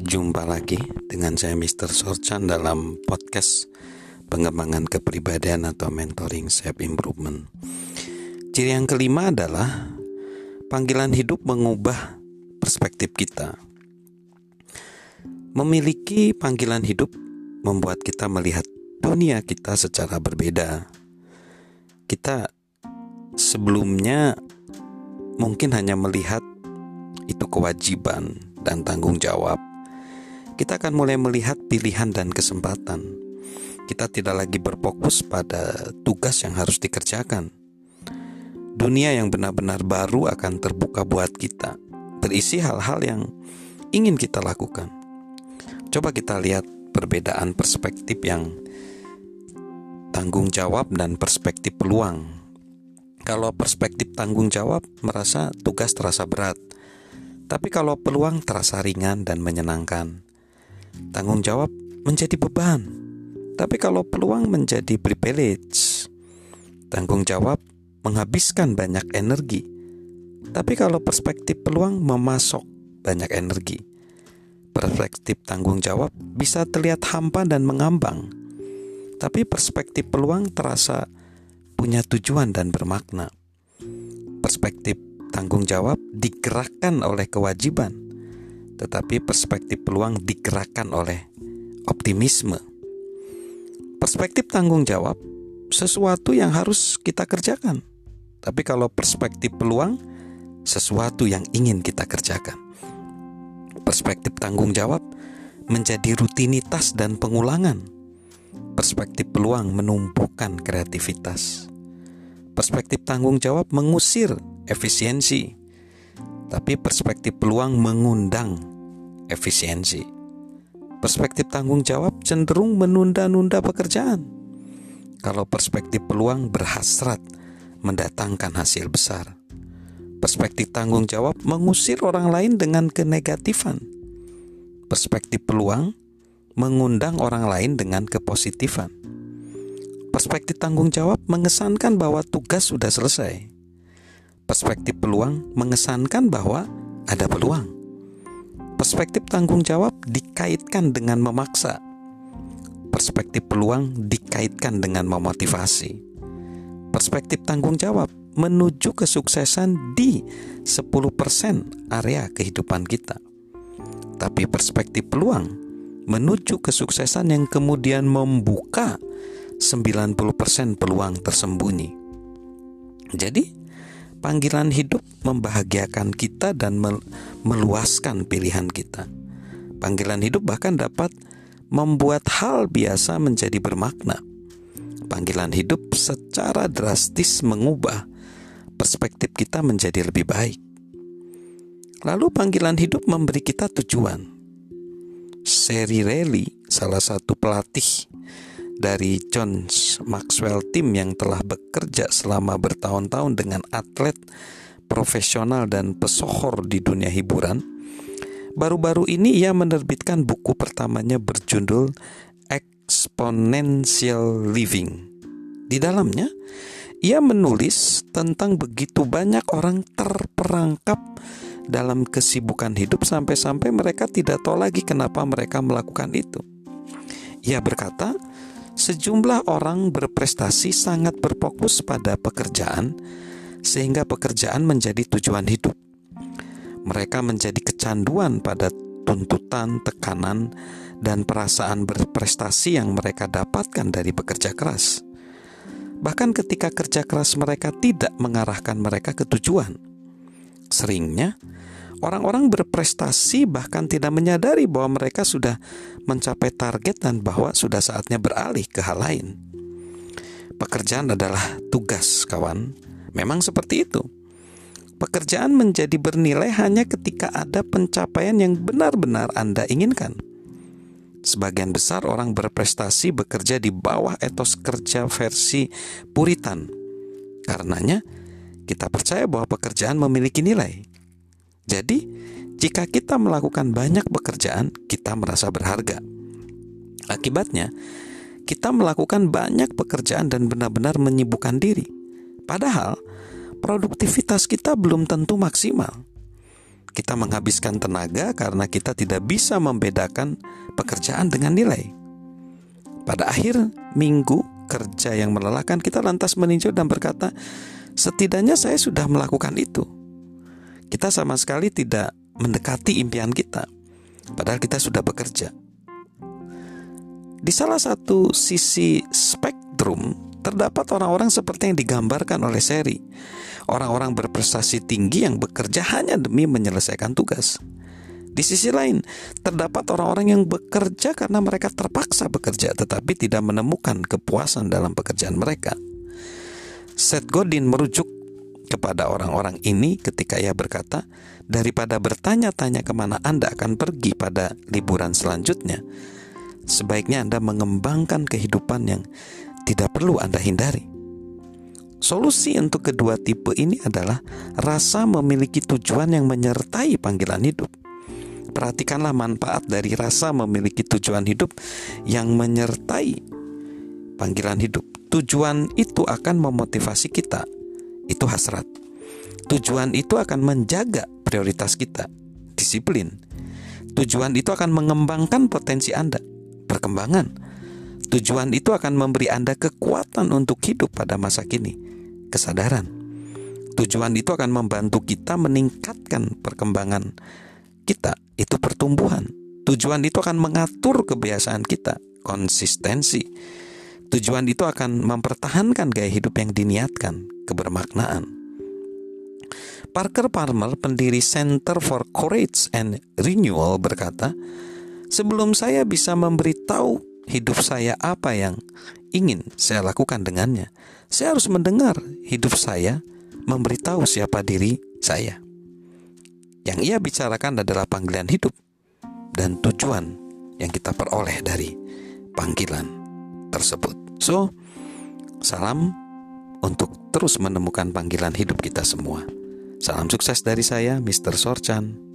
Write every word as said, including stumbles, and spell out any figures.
Jumpa lagi dengan saya mister Sorchan dalam podcast pengembangan kepribadian atau mentoring self improvement. Ciri yang kelima adalah panggilan hidup mengubah perspektif kita. Memiliki panggilan hidup membuat kita melihat dunia kita secara berbeda. Kita sebelumnya mungkin hanya melihat itu kewajiban dan tanggung jawab. Kita akan mulai melihat pilihan dan kesempatan. Kita tidak lagi berfokus pada tugas yang harus dikerjakan. Dunia yang benar-benar baru akan terbuka buat kita, berisi hal-hal yang ingin kita lakukan. Coba kita lihat perbedaan perspektif yang tanggung jawab dan perspektif peluang. Kalau perspektif tanggung jawab merasa tugas terasa berat, tapi kalau peluang terasa ringan dan menyenangkan. Tanggung jawab menjadi beban, tapi kalau peluang menjadi privilege. Tanggung jawab menghabiskan banyak energi, tapi kalau perspektif peluang memasok banyak energi. Perspektif tanggung jawab bisa terlihat hampa dan mengambang, tapi perspektif peluang terasa punya tujuan dan bermakna. Perspektif tanggung jawab digerakkan oleh kewajiban, tetapi perspektif peluang digerakkan oleh optimisme. Perspektif tanggung jawab sesuatu yang harus kita kerjakan, tapi kalau perspektif peluang sesuatu yang ingin kita kerjakan. Perspektif tanggung jawab menjadi rutinitas dan pengulangan. Perspektif peluang menumbuhkan kreativitas. Perspektif tanggung jawab mengusir efisiensi, tapi perspektif peluang mengundang efisiensi. Perspektif tanggung jawab cenderung menunda-nunda pekerjaan, kalau perspektif peluang berhasrat mendatangkan hasil besar. Perspektif tanggung jawab mengusir orang lain dengan kenegatifan. Perspektif peluang mengundang orang lain dengan kepositifan. Perspektif tanggung jawab mengesankan bahwa tugas sudah selesai. Perspektif peluang mengesankan bahwa ada peluang. Perspektif tanggung jawab dikaitkan dengan memaksa. Perspektif peluang dikaitkan dengan memotivasi. Perspektif tanggung jawab menuju kesuksesan di sepuluh persen area kehidupan kita. Tapi perspektif peluang menuju kesuksesan yang kemudian membuka sembilan puluh persen peluang tersembunyi. Jadi, panggilan hidup membahagiakan kita dan meluaskan pilihan kita. Panggilan hidup bahkan dapat membuat hal biasa menjadi bermakna. Panggilan hidup secara drastis mengubah perspektif kita menjadi lebih baik. Lalu panggilan hidup memberi kita tujuan. Sherry Reilly, salah satu pelatih dari John Maxwell Team yang telah bekerja selama bertahun-tahun dengan atlet profesional dan pesohor di dunia hiburan, baru-baru ini ia menerbitkan buku pertamanya berjudul Exponential Living. Di dalamnya, ia menulis tentang begitu banyak orang terperangkap dalam kesibukan hidup sampai-sampai mereka tidak tahu lagi kenapa mereka melakukan itu. Ia berkata, sejumlah orang berprestasi sangat berfokus pada pekerjaan sehingga pekerjaan menjadi tujuan hidup. Mereka menjadi kecanduan pada tuntutan, tekanan, dan perasaan berprestasi yang mereka dapatkan dari bekerja keras. Bahkan ketika kerja keras mereka tidak mengarahkan mereka ke tujuan. Seringnya, orang-orang berprestasi bahkan tidak menyadari bahwa mereka sudah mencapai target dan bahwa sudah saatnya beralih ke hal lain. Pekerjaan adalah tugas, kawan. Memang seperti itu. Pekerjaan menjadi bernilai hanya ketika ada pencapaian yang benar-benar Anda inginkan. Sebagian besar orang berprestasi bekerja di bawah etos kerja versi Puritan. Karenanya, kita percaya bahwa pekerjaan memiliki nilai. Jadi, jika kita melakukan banyak pekerjaan, kita merasa berharga. Akibatnya, kita melakukan banyak pekerjaan dan benar-benar menyibukkan diri. Padahal, produktivitas kita belum tentu maksimal. Kita menghabiskan tenaga karena kita tidak bisa membedakan pekerjaan dengan nilai. Pada akhir minggu kerja yang melelahkan, kita lantas meninjau dan berkata, setidaknya saya sudah melakukan itu. Kita sama sekali tidak mendekati impian kita, padahal kita sudah bekerja. Di salah satu sisi spektrum terdapat orang-orang seperti yang digambarkan oleh seri. Orang-orang berprestasi tinggi yang bekerja hanya demi menyelesaikan tugas. Di sisi lain, terdapat orang-orang yang bekerja karena mereka terpaksa bekerja, tetapi tidak menemukan kepuasan dalam pekerjaan mereka. Seth Godin merujuk kepada orang-orang ini ketika ia berkata, daripada bertanya-tanya kemana Anda akan pergi pada liburan selanjutnya, sebaiknya Anda mengembangkan kehidupan yang tidak perlu Anda hindari. Solusi untuk kedua tipe ini adalah rasa memiliki tujuan yang menyertai panggilan hidup. Perhatikanlah manfaat dari rasa memiliki tujuan hidup yang menyertai panggilan hidup. Tujuan itu akan memotivasi kita. Itu hasrat. Tujuan itu akan menjaga prioritas kita. Disiplin. Tujuan itu akan mengembangkan potensi Anda. Perkembangan. Tujuan itu akan memberi Anda kekuatan untuk hidup pada masa kini. Kesadaran. Tujuan itu akan membantu kita meningkatkan perkembangan kita. Itu pertumbuhan. Tujuan itu akan mengatur kebiasaan kita. Konsistensi. Tujuan itu akan mempertahankan gaya hidup yang diniatkan. Kebermaknaan. Parker Palmer, pendiri Center for Courage and Renewal, berkata, sebelum saya bisa memberitahu hidup saya apa yang ingin saya lakukan dengannya, saya harus mendengar hidup saya memberitahu siapa diri saya. Yang ia bicarakan adalah panggilan hidup dan tujuan yang kita peroleh dari panggilan tersebut. So, salam untuk terus menemukan panggilan hidup kita semua. Salam sukses dari saya, mister Sorchan.